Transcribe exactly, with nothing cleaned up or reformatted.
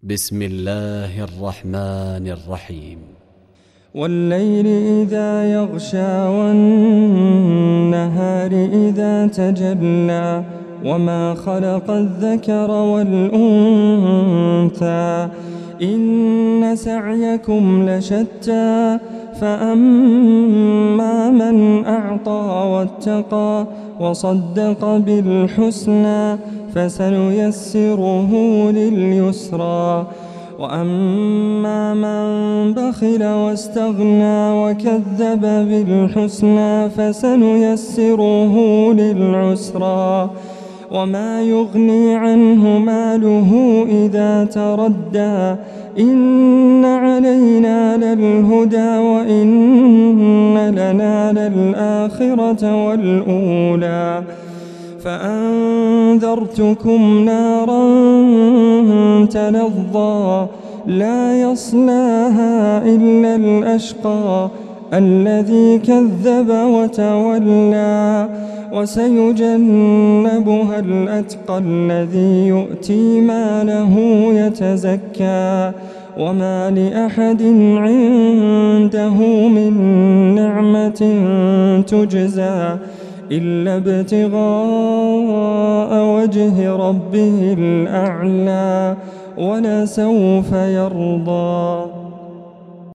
بسم الله الرحمن الرحيم. والليل إذا يغشى والنهار إذا تجلى وما خلق الذكر والأنثى إن سعيكم لشتى فأما من أعطى واتقى وصدق بالحسنى فسنيسره لليسرى وأما من بخل واستغنى وكذب بالحسنى فسنيسره للعسرى وما يغني عنه ماله إذا تردى إن علينا للهدى وإن لنا للآخرة والأولى فأنذرتكم نارا تلظى لا يصلاها إلا الأشقى الذي كذب وتولى وسيجنبها الأتقى الذي يؤتي ماله يتزكى وما لأحد عنده من نعمة تجزى إلا ابتغاء وجه ربه الأعلى ولسوف يرضى.